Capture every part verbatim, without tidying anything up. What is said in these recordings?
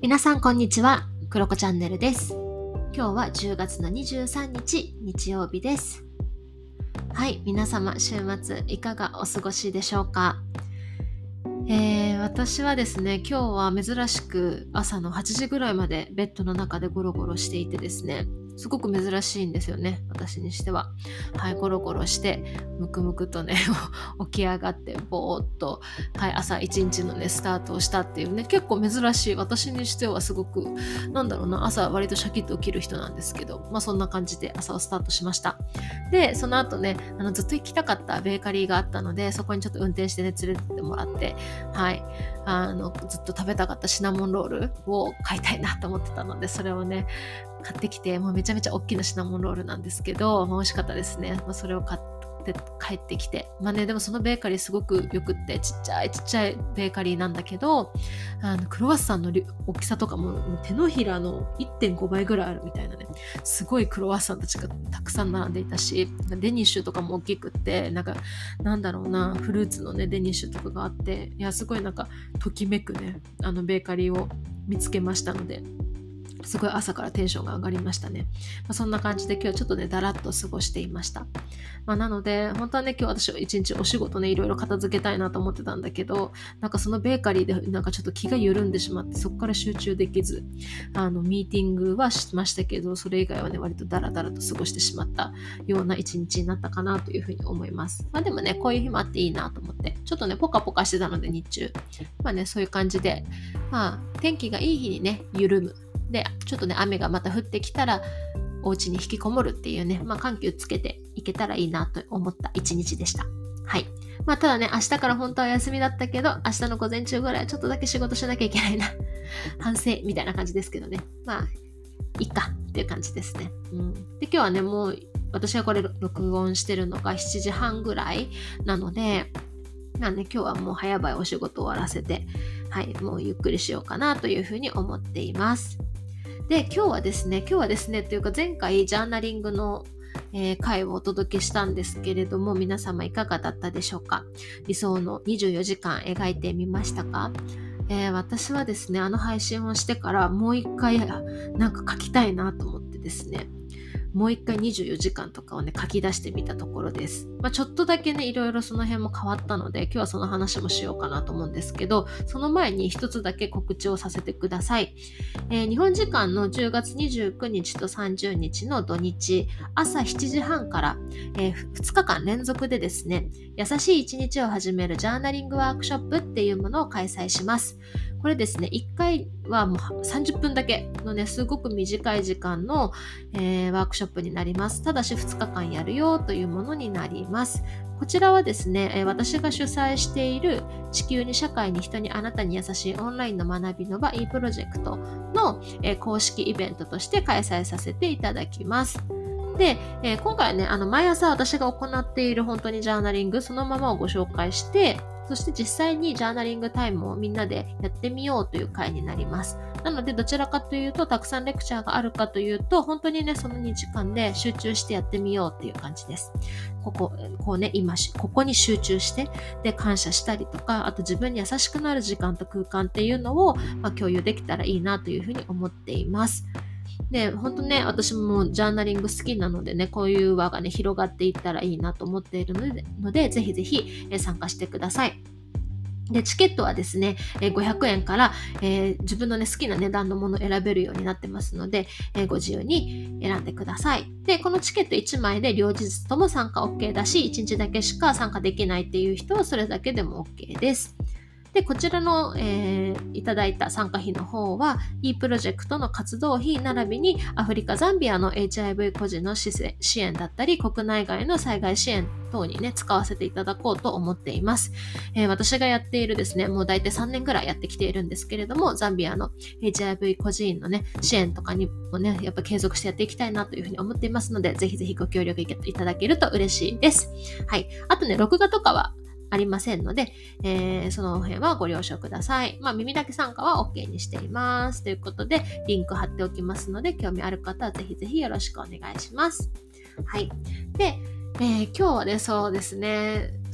皆さんこんにちは、クロコチャンネルです。今日はじゅうがつのにじゅうさんにち日曜日です。はい、皆様週末いかがお過ごしでしょうか。えー、私はですね、今日は珍しく朝のはちじぐらいまでベッドの中でゴロゴロしていてですね、すごく珍しいんですよね、私にしては。はい、ゴロゴロしてむくむくとね起き上がってぼーっと、はい、朝一日のねスタートをしたっていうね、結構珍しい、私にしてはすごくなんだろうな、朝割とシャキッと起きる人なんですけど、まあそんな感じで朝をスタートしました。でその後ね、あのずっと行きたかったベーカリーがあったので、そこにちょっと運転してね連れてってもらって、はい、あのずっと食べたかったシナモンロールを買いたいなと思ってたので、それをね買ってきて、もうめちゃめちゃ大きなシナモンロールなんですけど、まあ、美味しかったですね。まあ、それを買って帰ってきて、まあね、でもそのベーカリーすごくよくって、ちっちゃいちっちゃいベーカリーなんだけど、あのクロワッサンの大きさとかも手のひらの いってんご 倍ぐらいあるみたいなね、すごいクロワッサンたちがたくさん並んでいたし、デニッシュとかも大きくって、なんかなんだろうな、フルーツのねデニッシュとかがあって、いやすごいなんかときめくね、あのベーカリーを見つけましたので、すごい朝からテンションが上がりましたね。まあ、そんな感じで今日はちょっとねだらっと過ごしていました。まあ、なので本当はね、今日私は一日お仕事ねいろいろ片付けたいなと思ってたんだけど、なんかそのベーカリーでなんかちょっと気が緩んでしまって、そこから集中できず、あのミーティングはしましたけど、それ以外はね割とダラダラと過ごしてしまったような一日になったかなというふうに思います。まあでもね、こういう日もあっていいなと思って、ちょっとねポカポカしてたので日中、まあねそういう感じで、まあ天気がいい日にね緩む。でちょっとね雨がまた降ってきたらお家に引きこもるっていうね、まあ、緩急つけていけたらいいなと思った一日でした。はい。まあただね、明日から本当は休みだったけど、明日の午前中ぐらいはちょっとだけ仕事しなきゃいけないな反省みたいな感じですけどね、まあいいかっていう感じですね。うん、で今日はね、もう私がこれ録音してるのがしちじはんぐらいなので、なんで今日はもう早々お仕事終わらせて、はい、もうゆっくりしようかなというふうに思っています。で、今日はですね、今日はですね、というか前回ジャーナリングの、えー、回をお届けしたんですけれども、皆様いかがだったでしょうか。理想のにじゅうよじかん描いてみましたか。えー、私はですね、あの配信をしてからもう一回なんか書きたいなと思ってですね、もう一回にじゅうよじかんとかをね書き出してみたところです。まあ、ちょっとだけねいろいろその辺も変わったので、今日はその話もしようかなと思うんですけど、その前に一つだけ告知をさせてください。えー、日本時間のじゅうがつにじゅうくにちとさんじゅうにちの土日、朝しちじはんから、えー、ふつかかん連続でですね、優しい一日を始めるジャーナリングワークショップっていうものを開催します。これですね、いっかいはもうさんじゅっぷんだけのね、すごく短い時間の、えー、ワークショップになります。ただしふつかかんやるよというものになります。こちらはですね、えー、私が主催している地球に社会に人にあなたに優しいオンラインの学びの場 e プロジェクトの、えー、公式イベントとして開催させていただきます。で、えー、今回はね、あの毎朝私が行っている本当にジャーナリングそのままをご紹介して、そして実際にジャーナリングタイムをみんなでやってみようという回になります。なのでどちらかというと、たくさんレクチャーがあるかというと、本当にねそのにじかんで集中してやってみようっていう感じです。こここうね今ここに集中してで感謝したりとか、あと自分に優しくなる時間と空間っていうのを、まあ、共有できたらいいなというふうに思っています。で、本当ね、私もジャーナリング好きなのでね、こういう輪がね、広がっていったらいいなと思っているので、のでぜひぜひ、えー、参加してください。で、チケットはですね、えー、ごひゃくえんから、えー、自分のね、好きな値段のものを選べるようになってますので、えー、ご自由に選んでください。で、このチケットいちまいで両日とも参加 OK だし、いちにちだけしか参加できないっていう人はそれだけでも OK です。で、こちらの、えー、いただいた参加費の方は e プロジェクトの活動費並びにアフリカザンビアの エイチアイブイ 個人の支援だったり、国内外の災害支援等にね使わせていただこうと思っています。えー、私がやっているですね、もう大体さんねんぐらいやってきているんですけれども、ザンビアの エイチアイブイ 個人のね支援とかにもねやっぱ継続してやっていきたいなというふうに思っていますので、ぜひぜひご協力いただけると嬉しいです。はい。あとね、録画とかはありませんので、えー、その辺はご了承ください。まあ、耳だけ参加は OK にしています。ということで、リンク貼っておきますので、興味ある方はぜひぜひよろしくお願いします。はい。で、えー、今日はね、そうですね、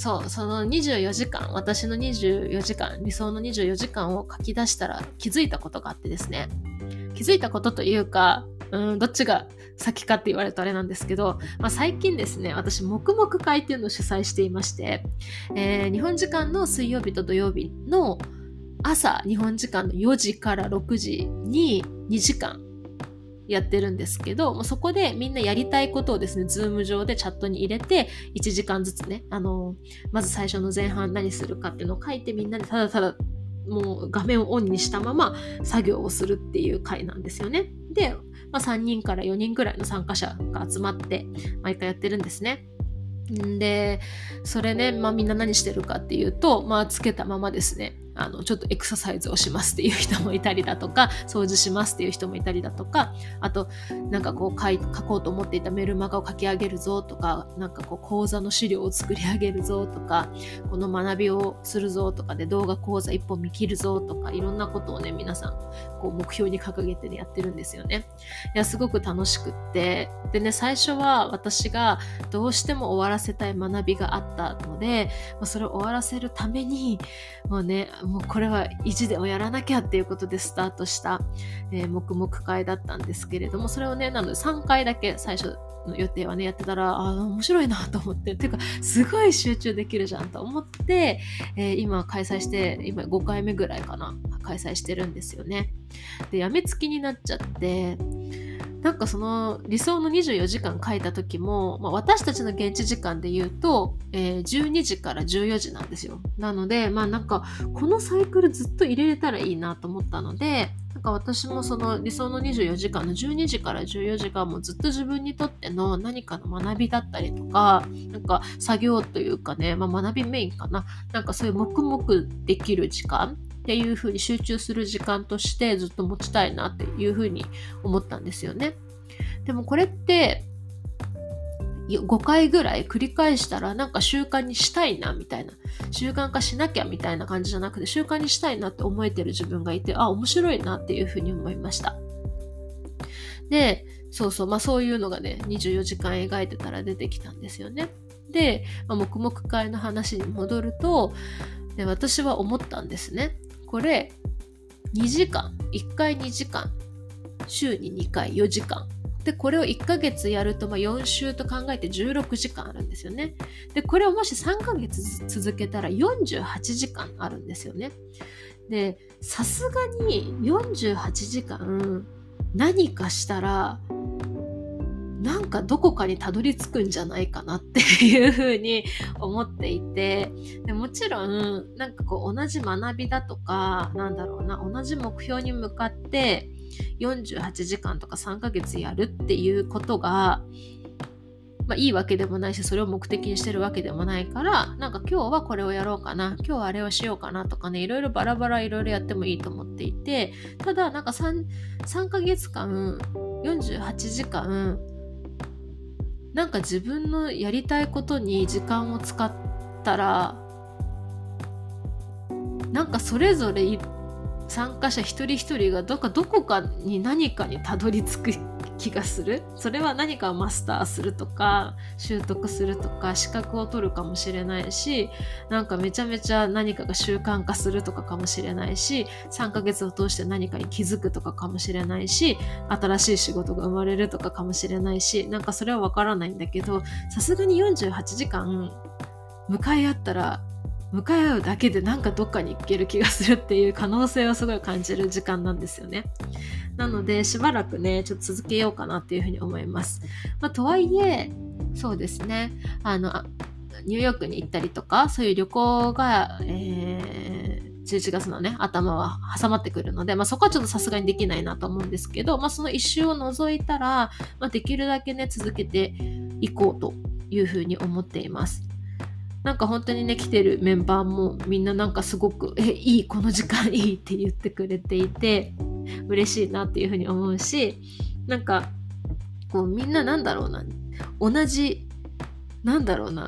そうそのにじゅうよじかん、私のにじゅうよじかん、理想のにじゅうよじかんを書き出したら気づいたことがあってですね、気づいたことというか、うん、どっちが先かって言われるとあれなんですけど、まあ、最近ですね、私黙々会っていうのを主催していまして、えー、日本時間の水曜日と土曜日の朝、日本時間のよじからろくじににじかんやってるんですけど、もうそこでみんなやりたいことをですね、ズーム上でチャットに入れて、いちじかんずつね、あのまず最初の前半何するかっていうのを書いて、みんなでただただもう画面をオンにしたまま作業をするっていう回なんですよね。で、まあ、さんにんからよにんぐらいの参加者が集まって毎回やってるんですね。で、それね、まあみんな何してるかっていうと、まあつけたままですね、あのちょっとエクササイズをしますっていう人もいたりだとか、掃除しますっていう人もいたりだとか、あとなんかこう書い書こうと思っていたメルマガを書き上げるぞとか、なんかこう講座の資料を作り上げるぞとか、この学びをするぞとかで動画講座一本見切るぞとか、いろんなことをね、皆さんこう目標に掲げてねやってるんですよね。いや、すごく楽しくって、でね、最初は私がどうしても終わらせたい学びがあったので、それを終わらせるためにもうね、もうこれは意地でもやらなきゃっていうことでスタートした、えー、黙々会だったんですけれども、それをね、なのでさんかいだけ最初の予定はねやってたら、あー面白いなと思って、ていうかすごい集中できるじゃんと思って、えー、今開催して今ごかいめぐらいかな開催してるんですよね。で、やめつきになっちゃって、なんかその理想のにじゅうよじかん書いた時も、まあ、私たちの現地時間で言うと、えー、じゅうにじからじゅうよじなんですよ。なので、まあなんかこのサイクルずっと入れれたらいいなと思ったので、なんか私もその理想のにじゅうよじかんのじゅうにじからじゅうよじかんもずっと自分にとっての何かの学びだったりとか、なんか作業というかね、まあ、学びメインかな、なんかそういう黙々できる時間っていう風に集中する時間としてずっと持ちたいなっていう風に思ったんですよね。でもこれってごかいぐらい繰り返したらなんか習慣にしたいなみたいな、習慣化しなきゃみたいな感じじゃなくて、習慣にしたいなって思えてる自分がいて、あ、面白いなっていう風に思いました。で、そうそう、まあそういうのがね、にじゅうよじかん描いてたら出てきたんですよね。で、まあ、黙々会の話に戻ると、で、私は思ったんですね。これにじかん、いっかいにじかん、週ににかいよじかんで、これをいっかげつやると、まあ、よん週と考えてじゅうろくじかんあるんですよね。で、これをもしさんかげつ続けたらよんじゅうはちじかんあるんですよね。で、さすがによんじゅうはちじかん何かしたらなんかどこかにたどり着くんじゃないかなっていうふうに思っていて、でもちろんなんかこう同じ学びだとか、なんだろうな、同じ目標に向かってよんじゅうはちじかんとかさんかげつやるっていうことが、まあ、いいわけでもないし、それを目的にしてるわけでもないから、なんか今日はこれをやろうかな、今日はあれをしようかなとかね、いろいろバラバラいろいろやってもいいと思っていて、ただなんか 3, 3ヶ月間よんじゅうはちじかんなんか自分のやりたいことに時間を使ったら、なんかそれぞれ参加者一人一人がどこかどこかに何かにたどり着く気がする。それは何かをマスターするとか習得するとか資格を取るかもしれないし、なんかめちゃめちゃ何かが習慣化するとかかもしれないし、さんかげつを通して何かに気づくとかかもしれないし、新しい仕事が生まれるとかかもしれないし、なんかそれはわからないんだけど、さすがによんじゅうはちじかん向かい合ったら向かい合うだけでなんかどっかに行ける気がするっていう可能性をすごい感じる時間なんですよね。なのでしばらくねちょっと続けようかなっていうふうに思います。まあ、とはいえそうですね、あのニューヨークに行ったりとかそういう旅行が、えー、じゅういちがつのね頭は挟まってくるので、まあ、そこはちょっとさすがにできないなと思うんですけど、まあ、その一周を除いたら、まあ、できるだけね続けていこうというふうに思っています。なんか本当にね来てるメンバーもみんななんかすごくえいいこの時間いいって言ってくれていて嬉しいなっていうふうに思うし、なんかこうみんななんだろうな同じなんだろうな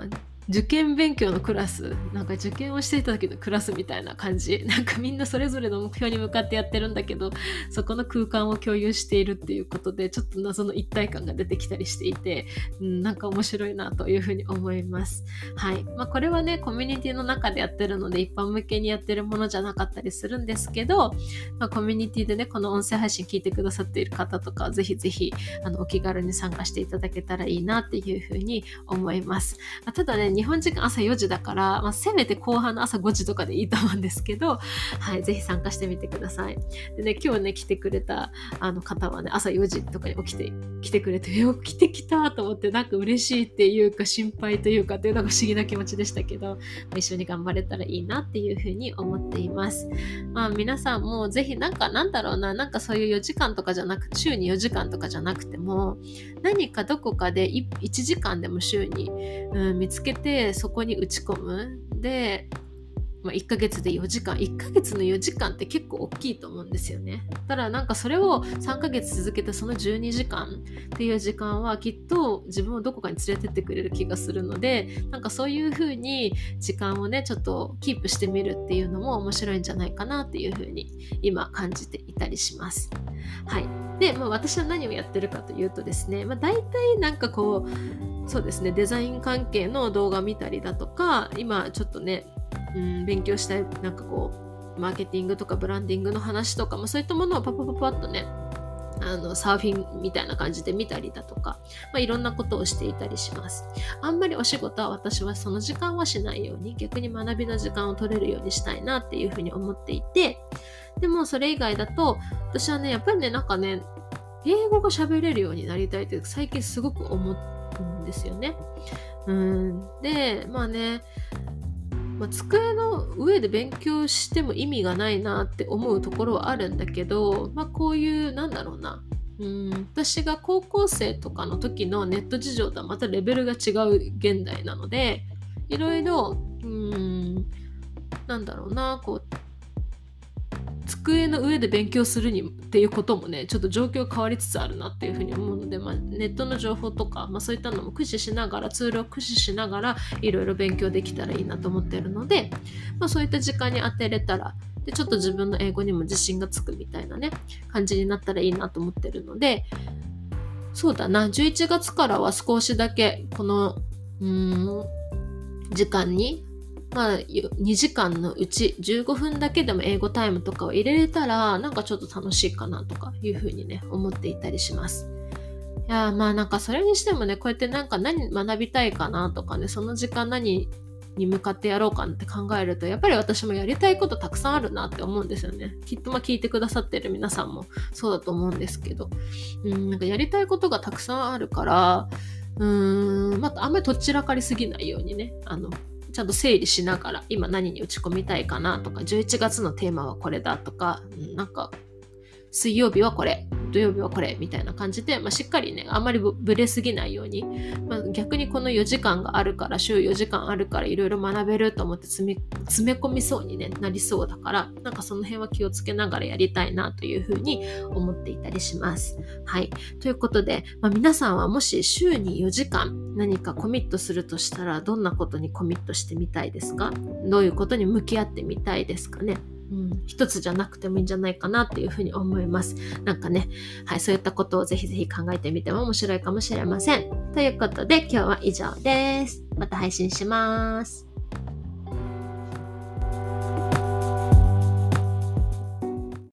受験勉強のクラス、なんか受験をしていた時のクラスみたいな感じ、なんかみんなそれぞれの目標に向かってやってるんだけど、そこの空間を共有しているっていうことでちょっと謎の一体感が出てきたりしていて、うん、なんか面白いなというふうに思います。はい。まあこれはね、コミュニティの中でやってるので一般向けにやってるものじゃなかったりするんですけど、まあ、コミュニティでね、この音声配信聞いてくださっている方とか、ぜひぜひあのお気軽に参加していただけたらいいなっていうふうに思います。まあ、ただね、日本時間朝よじだから、まあ、せめて後半の朝ごじとかでいいと思うんですけど、はい、ぜひ参加してみてください。でね、今日ね、来てくれたあの方はね、朝よじとかに起きて、来てくれて、よく来てきたと思って、なんか嬉しいっていうか、心配というかっていうのが不思議な気持ちでしたけど、一緒に頑張れたらいいなっていうふうに思っています。まあ、皆さんもぜひなんかなんだろうな、なんかそういうよじかんとかじゃなくて、週によじかんとかじゃなくても、何かどこかでいちじかんでも週に、うん、見つけて、そこに打ち込む。で、まあ、いっかげつでよじかん、いっかげつのよじかんって結構大きいと思うんですよね。ただなんかそれをさんかげつ続けてそのじゅうにじかんっていう時間はきっと自分をどこかに連れてってくれる気がするので、なんかそういう風に時間をねちょっとキープしてみるっていうのも面白いんじゃないかなっていう風に今感じていたりします。はい。で、まあ、私は何をやってるかというとですね、まあ、大体なんかこうそうですね、デザイン関係の動画見たりだとか、今ちょっとねうん、勉強したいなんかこうマーケティングとかブランディングの話とかもそういったものをパパパパッとねあのサーフィンみたいな感じで見たりだとか、まあ、いろんなことをしていたりします。あんまりお仕事は私はその時間はしないように、逆に学びの時間を取れるようにしたいなっていうふうに思っていて、でもそれ以外だと私はねやっぱりねなんかね英語が喋れるようになりたいって最近すごく思うんですよね。うんでまあねまあ、机の上で勉強しても意味がないなって思うところはあるんだけど、まあ、こういうなんだろうなうん私が高校生とかの時のネット事情とはまたレベルが違う現代なので、いろいろうんなんだろうなこう机の上で勉強するにっていうこともねちょっと状況変わりつつあるなっていうふうに思うので、まあ、ネットの情報とか、まあ、そういったのも駆使しながらツールを駆使しながらいろいろ勉強できたらいいなと思っているので、まあ、そういった時間に当てれたらでちょっと自分の英語にも自信がつくみたいなね感じになったらいいなと思ってるので、そうだなじゅういちがつからは少しだけこのうーん時間にまあ、にじかんのうちじゅうごふんだけでも英語タイムとかを入れれたらなんかちょっと楽しいかなとかいうふうにね思っていたりします。いやまあなんかそれにしてもねこうやってなんか何学びたいかなとかねその時間何に向かってやろうかなって考えるとやっぱり私もやりたいことたくさんあるなって思うんですよね。きっとまあ聞いてくださってる皆さんもそうだと思うんですけど、うんなんかやりたいことがたくさんあるからうーんまたあんまりとっちらかりすぎないようにねあのちゃんと整理しながら今何に打ち込みたいかなとかじゅういちがつのテーマはこれだとかなんか水曜日はこれ土曜日はこれみたいな感じで、まあ、しっかりねあんまりブレすぎないように、まあ、逆にこのよじかんがあるから週よじかんあるからいろいろ学べると思って詰め、詰め込みそうに、ね、なりそうだからなんかその辺は気をつけながらやりたいなというふうに思っていたりします。はいということで、まあ、皆さんはもし週によじかん何かコミットするとしたらどんなことにコミットしてみたいですか？どういうことに向き合ってみたいですかね？うん、一つじゃなくてもいいんじゃないかなっていうふうに思います。なんかね、はい、そういったことをぜひぜひ考えてみても面白いかもしれません。ということで今日は以上です。また配信します。